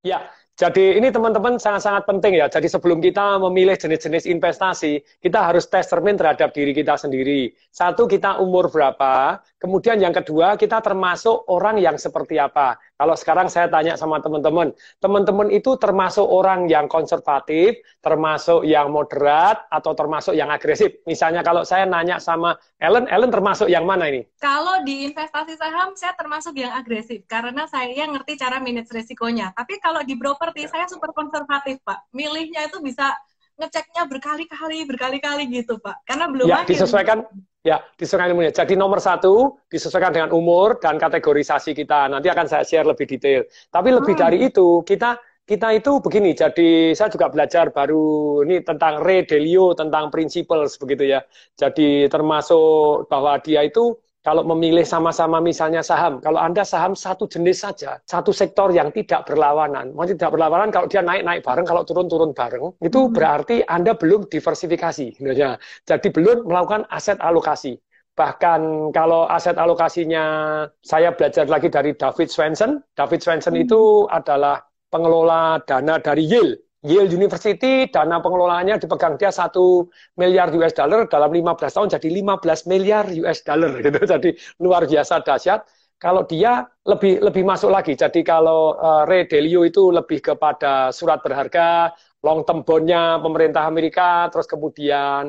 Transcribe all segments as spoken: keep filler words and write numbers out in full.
Ya, jadi ini teman-teman sangat-sangat penting ya. Jadi sebelum kita memilih jenis-jenis investasi, kita harus tes cermin terhadap diri kita sendiri. Satu, kita umur berapa. Kemudian yang kedua, kita termasuk orang yang seperti apa. Kalau sekarang saya tanya sama teman-teman, teman-teman itu termasuk orang yang konservatif, termasuk yang moderat, atau termasuk yang agresif. Misalnya kalau saya nanya sama Ellen, Ellen termasuk yang mana ini? Kalau di investasi saham, saya termasuk yang agresif karena saya ngerti cara manage resikonya. Tapi kalau di properti, saya super konservatif, Pak. Milihnya itu bisa ngeceknya berkali-kali, berkali-kali gitu, Pak. Karena belum Ya, yakin. disesuaikan. Ya, disesuaikan ilmunya. Jadi nomor satu, disesuaikan dengan umur dan kategorisasi kita. Nanti akan saya share lebih detail. Tapi lebih Hmm. dari itu, kita kita itu begini. Jadi saya juga belajar baru ini tentang Ray Dalio, tentang principles begitu ya. Jadi termasuk bahwa dia itu kalau memilih sama-sama misalnya saham, kalau Anda saham satu jenis saja, satu sektor yang tidak berlawanan, maksudnya tidak berlawanan kalau dia naik-naik bareng, kalau turun-turun bareng, itu Hmm. berarti Anda belum diversifikasi. Ya. Jadi belum melakukan aset alokasi. Bahkan kalau aset alokasinya, saya belajar lagi dari David Swensen. David Swensen Hmm. itu adalah pengelola dana dari Yale. Yale University, dana pengelolaannya dipegang dia satu miliar U S dollar dalam lima belas tahun jadi lima belas miliar U S dollar gitu. Jadi luar biasa dahsyat. Kalau dia lebih lebih masuk lagi. Jadi kalau uh, Ray Dalio itu lebih kepada surat berharga, long term bond-nya pemerintah Amerika, terus kemudian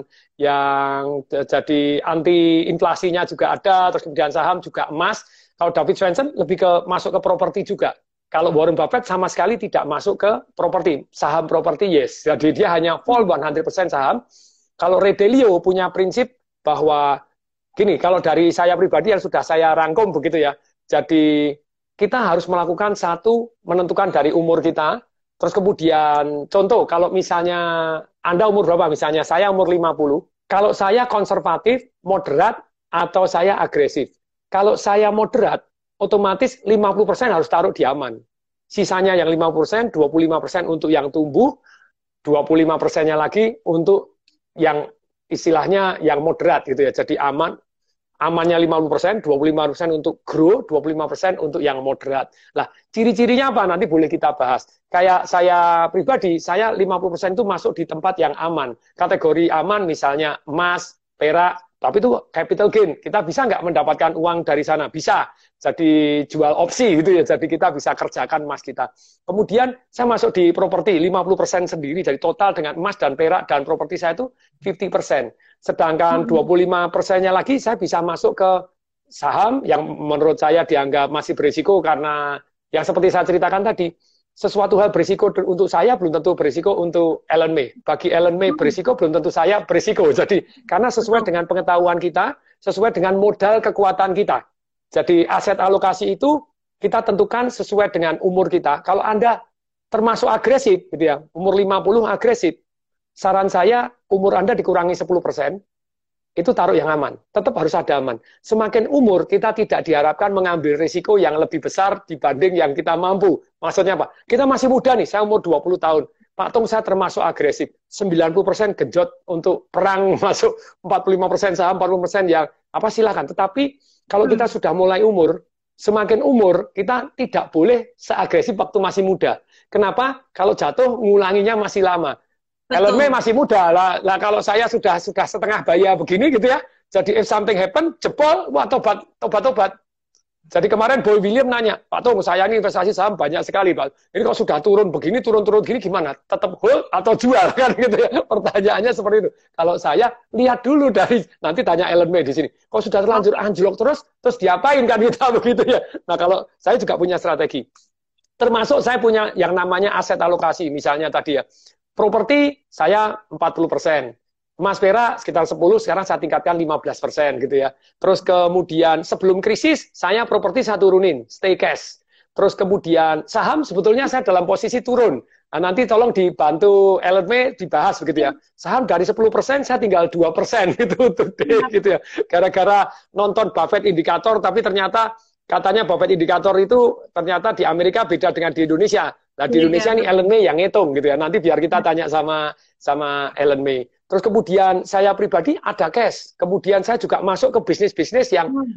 yang jadi anti inflasinya juga ada, terus kemudian saham juga emas. Kalau David Swensen lebih ke masuk ke properti juga. Kalau Warren Buffett sama sekali tidak masuk ke properti, saham properti yes. Jadi dia hanya full seratus persen saham. Kalau Ray Dalio punya prinsip bahwa gini, kalau dari saya pribadi yang sudah saya rangkum begitu ya. Jadi kita harus melakukan satu, menentukan dari umur kita, terus kemudian contoh kalau misalnya Anda umur berapa, misalnya saya umur lima puluh, kalau saya konservatif, moderat, atau saya agresif. Kalau saya moderat, otomatis lima puluh persen harus taruh di aman. Sisanya yang lima puluh persen, dua puluh lima persen untuk yang tumbuh, dua puluh lima persennya lagi untuk yang istilahnya yang moderat gitu ya. Jadi aman, amannya lima puluh persen, dua puluh lima persen untuk grow, dua puluh lima persen untuk yang moderat. Lah, ciri-cirinya apa? Nanti boleh kita bahas. Kayak saya pribadi, saya lima puluh persen itu masuk di tempat yang aman. Kategori aman misalnya emas, perak, tapi itu capital gain. Kita bisa nggak mendapatkan uang dari sana? Bisa. Jadi jual opsi gitu ya. Jadi kita bisa kerjakan emas kita. Kemudian saya masuk di properti lima puluh persen sendiri. Jadi total dengan emas dan perak dan properti saya itu lima puluh persen. Sedangkan dua Hmm. puluh lima persennya lagi saya bisa masuk ke saham yang menurut saya dianggap masih berisiko karena yang seperti saya ceritakan tadi, sesuatu hal berisiko untuk saya belum tentu berisiko untuk Ellen May. Bagi Ellen May Hmm. berisiko belum tentu saya berisiko. Jadi karena sesuai Betul. dengan pengetahuan kita, sesuai dengan modal kekuatan kita. Jadi aset alokasi itu kita tentukan sesuai dengan umur kita. Kalau Anda termasuk agresif gitu ya, umur lima puluh agresif, saran saya umur Anda dikurangi sepuluh persen, itu taruh yang aman. Tetap harus ada aman. Semakin umur, kita tidak diharapkan mengambil risiko yang lebih besar dibanding yang kita mampu. Maksudnya apa? Kita masih muda nih, saya umur dua puluh tahun. Pak Tung, saya termasuk agresif. sembilan puluh persen genjot untuk perang, masuk empat puluh lima persen saham, empat puluh persen yang apa silakan. Tetapi kalau kita Hmm. sudah mulai umur, semakin umur, kita tidak boleh seagresif waktu masih muda. Kenapa? Kalau jatuh, ngulanginya masih lama. Elon May Betul. masih muda lah, lah kalau saya sudah sudah setengah baya begini gitu ya. Jadi if something happen, jebol, wah tobat, tobat, tobat. Jadi kemarin Boy William nanya, Pak Tung, saya ini investasi saham banyak sekali, Pak. Ini kok sudah turun begini, turun-turun begini gimana? Tetap hold atau jual kan gitu ya? Pertanyaannya seperti itu. Kalau saya lihat dulu dari nanti tanya Elon May di sini. Kok sudah terlanjur Oke. anjlok terus, terus diapain kan kita begitu ya? Nah kalau saya juga punya strategi. Termasuk saya punya yang namanya aset alokasi, misalnya tadi ya. Properti saya empat puluh persen. Emas perak sekitar sepuluh, sekarang saya tingkatkan lima belas persen gitu ya. Terus kemudian sebelum krisis, saya properti saya turunin, stay cash. Terus kemudian saham sebetulnya saya dalam posisi turun. Nah, nanti tolong dibantu Ellen May dibahas begitu ya. Saham dari sepuluh persen saya tinggal dua persen gitu, today, gitu ya. Gara-gara nonton Buffett indikator, tapi ternyata katanya Buffett indikator itu ternyata di Amerika beda dengan di Indonesia. Nah di Iya, Indonesia nih betul. Ellen May yang ngitung gitu ya. Nanti biar kita tanya sama sama Ellen May. Terus kemudian saya pribadi ada cash. Kemudian saya juga masuk ke bisnis-bisnis yang Hmm.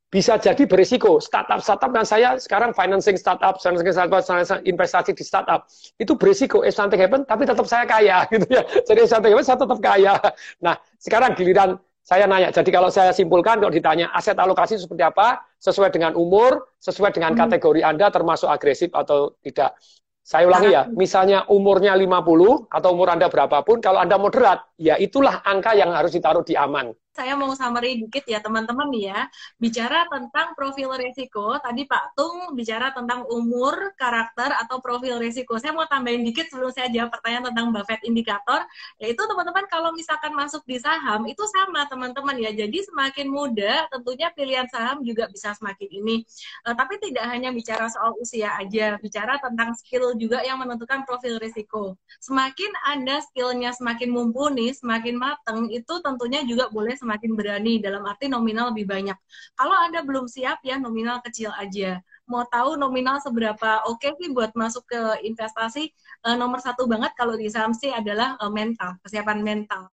bisa jadi berisiko. Startup-startup dan saya sekarang financing startup, financing startup, investasi di startup itu berisiko. If something happen, tapi tetap saya kaya, gitu ya. Jadi if something happen, saya tetap kaya. Nah, sekarang giliran saya nanya. Jadi kalau saya simpulkan, kalau ditanya aset alokasi seperti apa, sesuai dengan umur, sesuai dengan kategori Anda, termasuk agresif atau tidak. Saya ulangi ya, misalnya umurnya lima puluh atau umur Anda berapapun, kalau Anda moderat, ya itulah angka yang harus ditaruh di aman. Saya mau summary dikit ya teman-teman nih ya. Bicara tentang profil risiko, tadi Pak Tung bicara tentang umur, karakter, atau profil risiko. Saya mau tambahin dikit sebelum saya jawab pertanyaan tentang Buffett indikator, yaitu teman-teman kalau misalkan masuk di saham, itu sama teman-teman ya. Jadi semakin muda, tentunya pilihan saham juga bisa semakin ini. Uh, tapi tidak hanya bicara soal usia aja, bicara tentang skill juga yang menentukan profil risiko. Semakin Anda skillnya semakin mumpuni, semakin mateng, itu tentunya juga boleh semakin semakin berani, dalam arti nominal lebih banyak. Kalau Anda belum siap ya nominal kecil aja. Mau tahu nominal seberapa oke okay sih buat masuk ke investasi, uh, nomor satu banget kalau di saham sih adalah uh, mental, kesiapan mental.